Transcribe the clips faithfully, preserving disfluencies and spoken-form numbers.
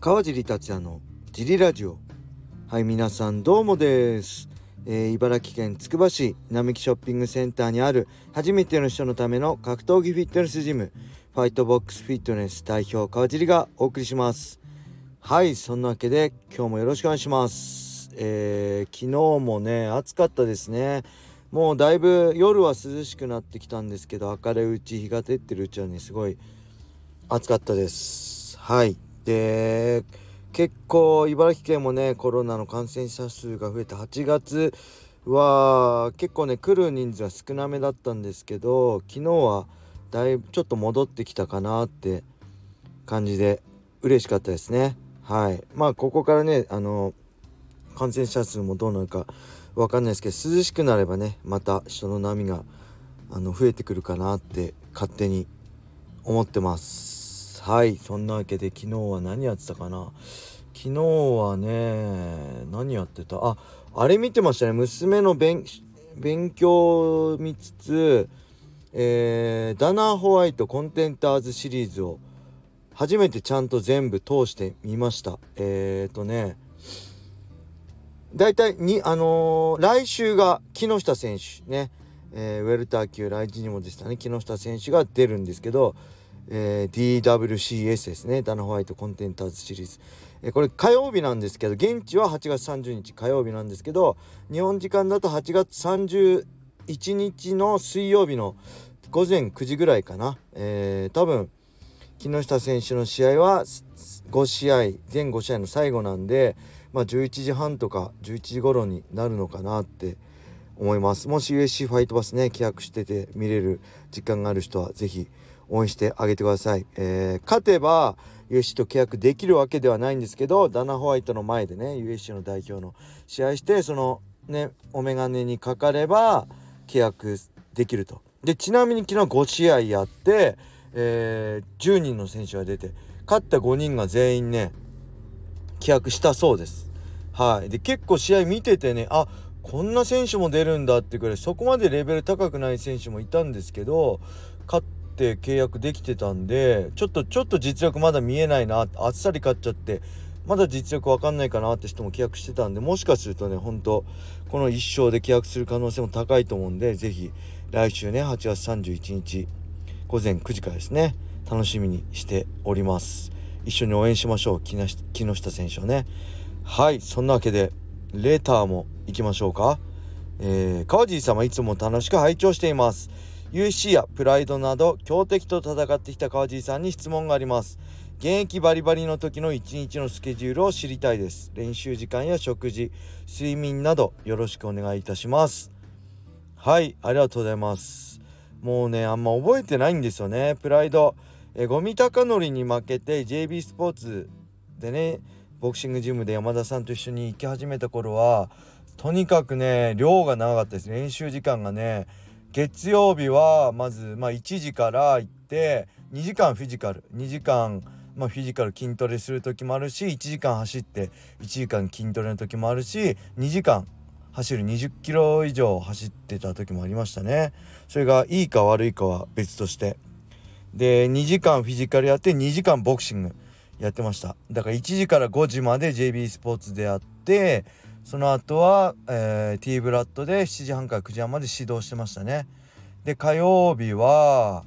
川尻達也のジリラジオ。はい、皆さんどうもです、えー、茨城県つくば市並木ショッピングセンターにある初めての人のための格闘技フィットネスジム、ファイトボックスフィットネス代表川尻がお送りします。はい、そんなわけで今日もよろしくお願いします。えー、昨日もね暑かったですね。もうだいぶ夜は涼しくなってきたんですけど、明るいうち、日が照ってるうちはねすごい暑かったです。はい。で結構茨城県もねコロナの感染者数が増えて、はちがつは結構ね来る人数は少なめだったんですけど、昨日はだいぶちょっと戻ってきたかなって感じで嬉しかったですね。はい。まあここからねあの感染者数もどうなるかわかんないですけど、涼しくなればねまた人の波があの増えてくるかなって勝手に思ってます。はい、そんなわけで昨日は何やってたかな。昨日はね何やってたああれ見てましたね。娘の勉勉強を見つつ、えー、ダナーホワイトコンテンターズシリーズを初めてちゃんと全部通してみました。えーとねだいたいにあのー、来週が木下選手ね、えー、ウェルター級来日にもでしたね木下選手が出るんですけど、えー、ディーダブリューシーエス ですね、ダナホワイトコンテンターズシリーズ、えー、これ火曜日なんですけど、現地ははちがつさんじゅうにち火曜日なんですけど、日本時間だとはちがつさんじゅういちにちの水曜日のごぜんくじぐらいかな。えー、多分木下選手の試合はごしあい全ごしあいの最後なんで、まあ、じゅういちじはんとかじゅういちじ頃になるのかなって思います。もし ユーエフシー ファイトパスね契約してて見れる時間がある人はぜひ応援してあげてください。えー、勝てば ユーエフシー と契約できるわけではないんですけど、ダナホワイトの前でね ユーエフシー の代表の試合して、そのねお眼鏡にかかれば契約できると。でちなみに昨日ごしあいやって、えー、じゅうにんの選手が出て、勝ったごにんが全員ね契約したそうです。はい。で結構試合見ててね、あこんな選手も出るんだってくらい、そこまでレベル高くない選手もいたんですけど、勝って契約できてたんで、ちょっとちょっと実力まだ見えないな、あっさり勝っちゃってまだ実力わかんないかなって人も契約してたんで、もしかするとね本当この一勝で契約する可能性も高いと思うんで、ぜひ来週ねはちがつさんじゅういちにちごぜんくじからですね楽しみにしております。一緒に応援しましょう、木下、木下選手をね。はい、そんなわけでレターも行きましょうか。えー、川尻様いつも楽しく拝聴しています。 ユーエフシー やプライドなど強敵と戦ってきた川尻さんに質問があります。現役バリバリの時の一日のスケジュールを知りたいです。練習時間や食事、睡眠などよろしくお願いいたします。はい、ありがとうございます。もうねあんま覚えてないんですよね。プライドえゴミ高則に負けて ジェイビー スポーツでねボクシングジムで山田さんと一緒に行き始めた頃はとにかくね量が長かったです。練習時間がね、月曜日はまず、まあ、いちじから行ってにじかんフィジカルにじかん、まあ、フィジカル筋トレする時もあるし、いちじかん走っていちじかん筋トレの時もあるし、にじかん走るにじゅっキロ以上走ってた時もありましたね。それがいいか悪いかは別として、でにじかんフィジカルやってにじかんボクシングやってました。だからいちじからごじまで ジェイビー スポーツでやって、その後は、えー、T ブラッドでしちじはんからくじはんまで指導してましたね。で火曜日は、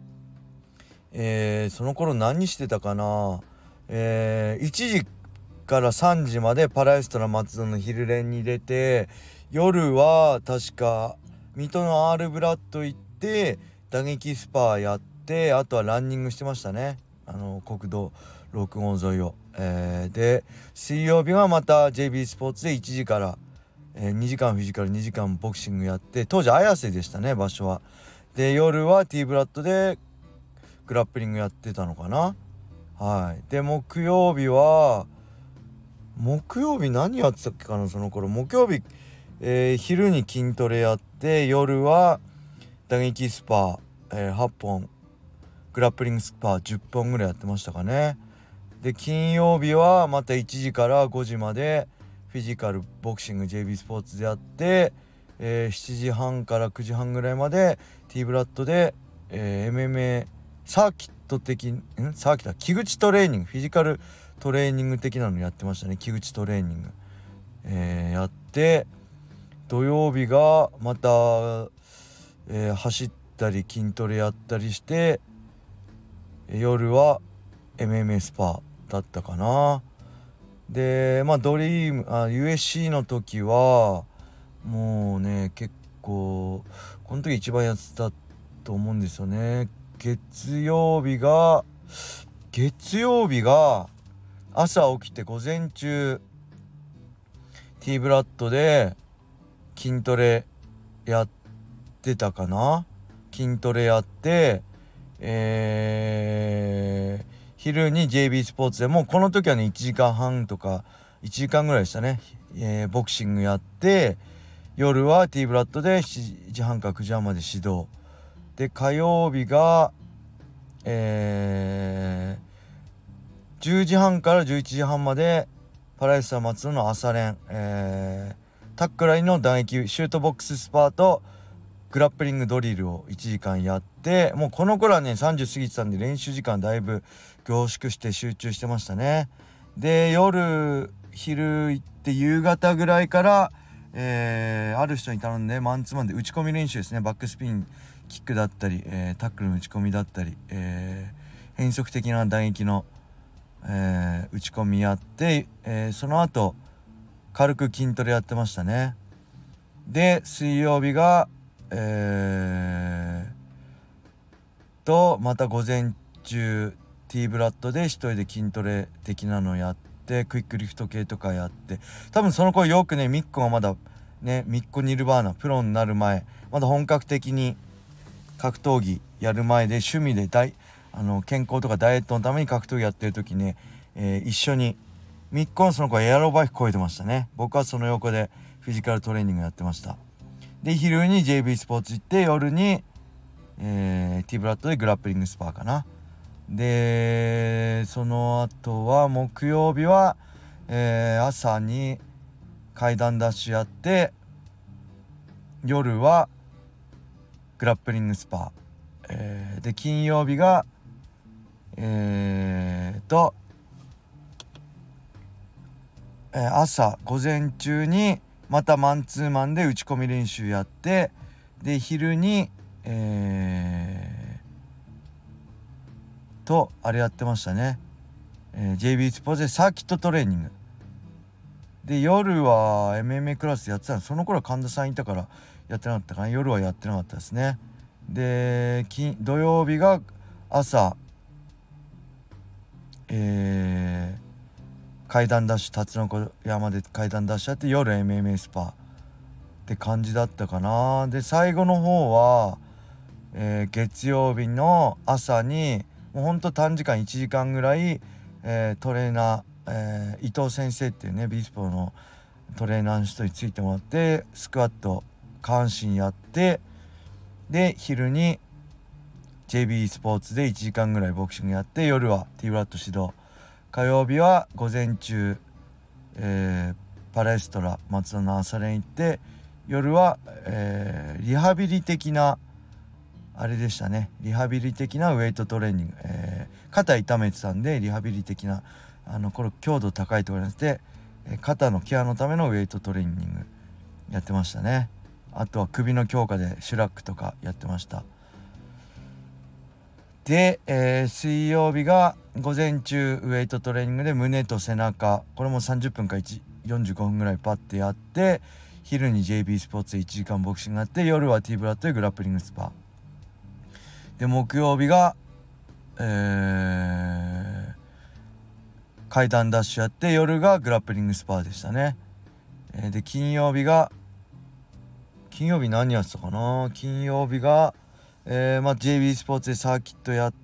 えー、その頃何してたかな、えー、いちじからさんじまでパラエストラ松戸の昼練に出て、夜は確か水戸の R ブラッド行って打撃スパーやって、あとはランニングしてましたね、あの国道ろくごう沿いを、えー、で水曜日はまた ジェイビー スポーツでいちじから、えー、にじかんフィジカルにじかんボクシングやって、当時綾瀬でしたね場所は。で夜は T ブラッドでグラップリングやってたのかな。はい。で木曜日は木曜日何やってたっけかな。その頃木曜日、えー、昼に筋トレやって、夜は打撃スパー、えー、はっぽん、グラップリングスパーじゅっぽんぐらいやってましたかね。で金曜日はまたいちじからごじまでフィジカルボクシング ジェイビー スポーツでやって、えー、しちじはんからくじはんぐらいまで T ブラッドで、えー、エムエムエー サーキット的んサーキット木口トレーニングフィジカルトレーニング的なのやってましたね。木口トレーニング、えー、やって、土曜日がまた、えー、走ったり筋トレやったりして、夜は エムエムエー スパだったかな。でまあドリームあ ユーエスシー の時はもうね結構この時一番やってたと思うんですよね。月曜日が月曜日が朝起きて午前中 T ブラッドで筋トレやってたかな。筋トレやって、えー、昼に ジェイビー スポーツでもこの時はねいちじかんはんとかいちじかんぐらいでしたね、えー、ボクシングやって、夜は T ブラッドでしちじはんからくじはんまで指導で、火曜日がえー、じゅうじはんからじゅういちじはんまでパラエスタ松野の朝練、えー、タックラインの打撃シュートボックススパーとグラップリングドリルをいちじかんやって、もうこの頃はねさんじゅう過ぎてたんで練習時間だいぶ凝縮して集中してましたね。で夜昼行って夕方ぐらいから、えー、ある人に頼んでマンツーマンで打ち込み練習ですね。バックスピンキックだったり、えー、タックルの打ち込みだったり、えー、変則的な打撃の、えー、打ち込みやって、えー、その後軽く筋トレやってましたね。で水曜日がえー、とまた午前中 T ブラッドで一人で筋トレ的なのやってクイックリフト系とかやって、多分その頃よくねミッコがまだねミッコニルバーナプロになる前、まだ本格的に格闘技やる前で趣味で大あの健康とかダイエットのために格闘技やってる時ね、えー、一緒にミッコのその子はエアロバイク漕いでましたね。僕はその横でフィジカルトレーニングやってました。で昼に ジェイビー スポーツ行って、夜に、えー、T ブラッドでグラップリングスパーかな。でその後は木曜日は、えー、朝に階段ダッシュやって、夜はグラップリングスパー、えー、で金曜日がえーと、えー、朝午前中にまたマンツーマンで打ち込み練習やって、で昼にえーとあれやってましたね、えー、ジェイビー スポーツでサーキットトレーニングで、夜は エムエムエー クラスやってたの。その頃は神田さんいたからやってなかったかな。夜はやってなかったですね。で金土曜日が朝えー階段ダッシュタツノコ山で階段ダッシュやって、夜 エムエムエー スパって感じだったかな。で最後の方は、えー、月曜日の朝にもうほんと短時間いちじかんぐらい、えー、トレーナー、えー、伊藤先生っていうねビスポのトレーナーの人についてもらってスクワット下半身やって、で昼に ジェイビー スポーツでいちじかんぐらいボクシングやって、夜は T ブラッド指導、火曜日は午前中、えー、パレストラ松田の朝練行って、夜は、えー、リハビリ的なあれでしたね。リハビリ的なウェイトトレーニング、えー、肩痛めてたんでリハビリ的なあのこれ強度高いところになって、えー、肩のケアのためのウェイトトレーニングやってましたね。あとは首の強化でシュラックとかやってました。で、えー、水曜日が午前中ウェイトトレーニングで胸と背中、これもさんじゅっぷんかよんじゅうごふんぐらいパッてやって、昼に ジェイビー スポーツでいちじかんボクシングやって、夜は T ブラッドでグラップリングスパで、木曜日が、えー、階段ダッシュやって、夜がグラップリングスパーでしたね。えー、で金曜日が金曜日何やってたかな。金曜日がえーまあ、ジェイビー スポーツでサーキットやって、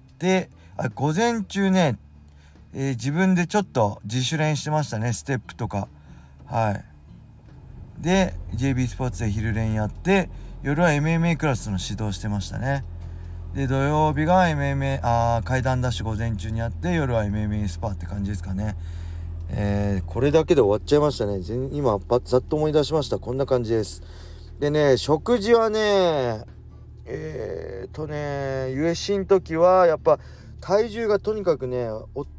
あ午前中ね、えー、自分でちょっと自主練してましたね、ステップとか。はいで ジェイビー スポーツで昼練やって、夜は エムエムエー クラスの指導してましたね。で土曜日が エムエムエー あ階段ダッシュ午前中にやって、夜は エムエムエー スパって感じですかね。えー、これだけで終わっちゃいましたね。今ざっと思い出しました。こんな感じです。でね、食事はねえーとね ユーエスシー の時はやっぱ体重がとにかくね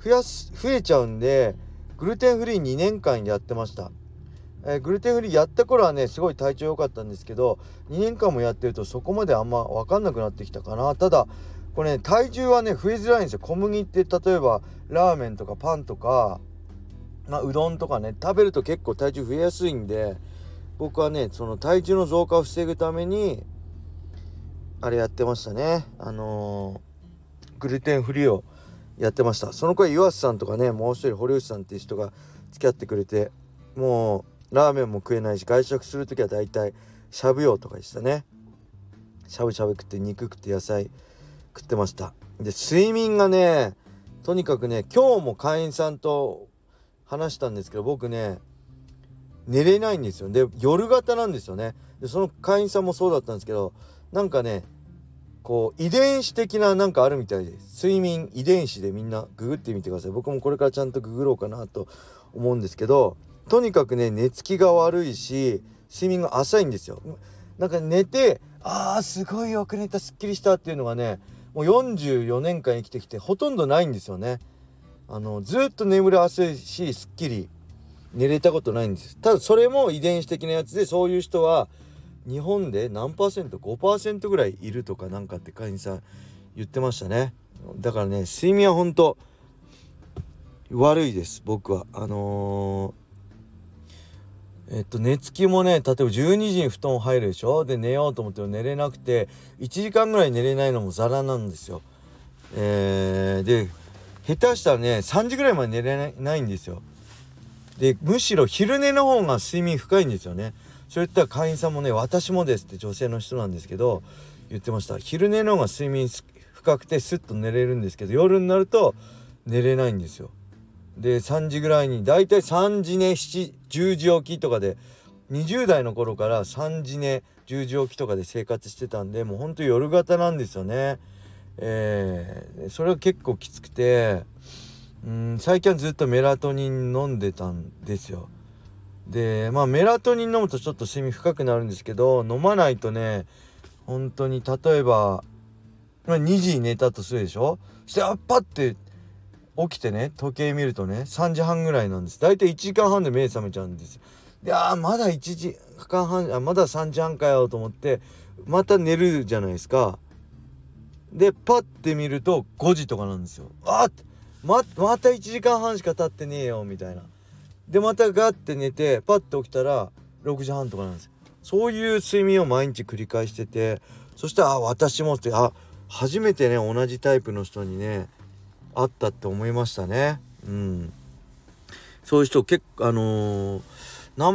増やす増えちゃうんで、グルテンフリーにねんかんやってました。えー、グルテンフリーやった頃はねすごい体調良かったんですけど、にねんかんもやってるとそこまであんま分かんなくなってきたかな。ただこれね、体重はね増えづらいんですよ。小麦って例えばラーメンとかパンとか、まあ、うどんとかね食べると結構体重増えやすいんで、僕はねその体重の増加を防ぐためにあれやってましたね。あのー、グルテンフリーをやってました。その声岩瀬さんとかね、もう一人堀内さんっていう人が付き合ってくれて、もうラーメンも食えないし、外食するときはだいたいしゃぶ葉とかでしたね。しゃぶしゃぶ食って肉食って野菜食ってました。で睡眠がね、とにかくね、今日も会員さんと話したんですけど、僕ね寝れないんですよ。で夜型なんですよね。でその会員さんもそうだったんですけど、なんかねこう遺伝子的ななんかあるみたいです。睡眠遺伝子でみんなググってみてください。僕もこれからちゃんとググろうかなと思うんですけど、とにかくね寝つきが悪いし睡眠が浅いんですよ。なんか寝てあーすごいよく寝た、すっきりしたっていうのがね、もうよんじゅうよねんかん生きてきてほとんどないんですよね。あのずっと眠り浅いしすっきり寝れたことないんです。ただそれも遺伝子的なやつで、そういう人は日本で何パーセント ごパーセント ぐらいいるとかなんかって会員さん言ってましたね。だからね睡眠はほんと悪いです。僕はあのー、えっと寝つきもね、例えばじゅうにじに布団入るでしょ。で寝ようと思っても寝れなくていちじかんぐらい寝れないのもザラなんですよ。えー、で下手したらねさんじぐらいまで寝れない、ないんですよ。でむしろ昼寝の方が睡眠深いんですよね。そういった会員さんもね、私もですって女性の人なんですけど言ってました。昼寝の方が睡眠深くてスッと寝れるんですけど、夜になると寝れないんですよ。でさんじぐらいにだいたいさんじ寝しちじゅうじ起きとかで、にじゅう代の頃からさんじ寝じゅうじ起きとかで生活してたんで、もうほんと夜型なんですよね。えー、それは結構きつくて、うん、最近はずっとメラトニン飲んでたんですよ。でまあメラトニン飲むとちょっと睡眠深くなるんですけど、飲まないとね本当に、例えば、まあ、にじに寝たとするでしょ。そしてあっパッて起きてね時計見るとねさんじはんぐらいなんです。だいたいいちじかんはんで目覚めちゃうんですよ。であーまだいちじかんはん、あまださんじはんかよと思ってまた寝るじゃないですか。でパッて見るとごじとかなんですよ。あっ ま, またいちじかんはんしか経ってねえよみたいな。でまたガッて寝てパッて起きたらろくじはんとかなんです。そういう睡眠を毎日繰り返してて、そしてあ私もって、あ初めてね同じタイプの人にね会ったって思いましたね。うんそういう人結構あのー、なん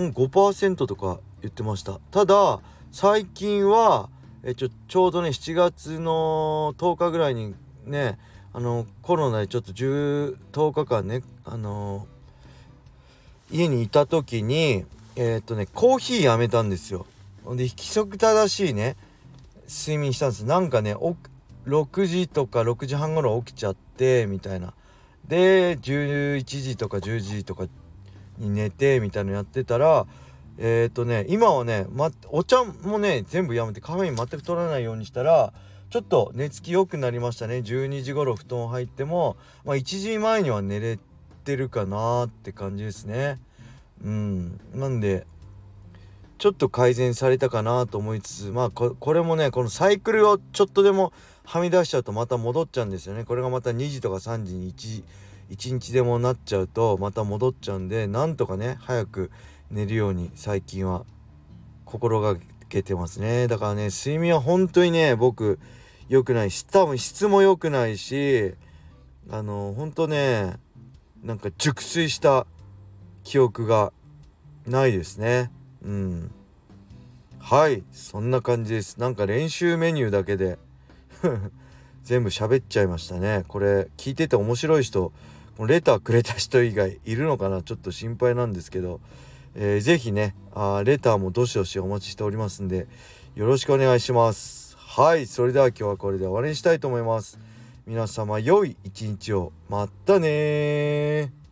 ごパーセント とか言ってました。ただ最近はえちょちょうどねしちがつのとおかぐらいにね、あのコロナでちょっとじゅう、とおかかんね、あのー、家にいた時にえー、っとねコーヒーやめたんですよ。で規則正しいね睡眠したんです。なんかねろくじとかろくじはん頃起きちゃってみたいな。でじゅういちじとかじゅうじとかに寝てみたいなのやってたら、えっとね今はね、ま、お茶もね全部やめてカフェイン全く取らないようにしたらちょっと寝つき良くなりましたね。じゅうにじ頃布団入っても、まあ、いちじまえには寝れてるかなって感じですね。うんなんでちょっと改善されたかなと思いつつ、まあ こ, これもねこのサイクルをちょっとでもはみ出しちゃうとまた戻っちゃうんですよね。これがまたにじとかさんじにいちにちでもなっちゃうとまた戻っちゃうんで、なんとかね早く寝るように最近は心がけてますね。だからね睡眠は本当にね僕良くないし、多分質も良くないし、あの本当ねなんか熟睡した記憶がないですね。うんはいそんな感じです。なんか練習メニューだけで全部喋っちゃいましたね。これ聞いてて面白い人、レターくれた人以外いるのかな、ちょっと心配なんですけど、えー、ぜひねあレターもどしどしお待ちしておりますんでよろしくお願いします。はいそれでは今日はこれで終わりにしたいと思います。皆様良い一日を。またねー。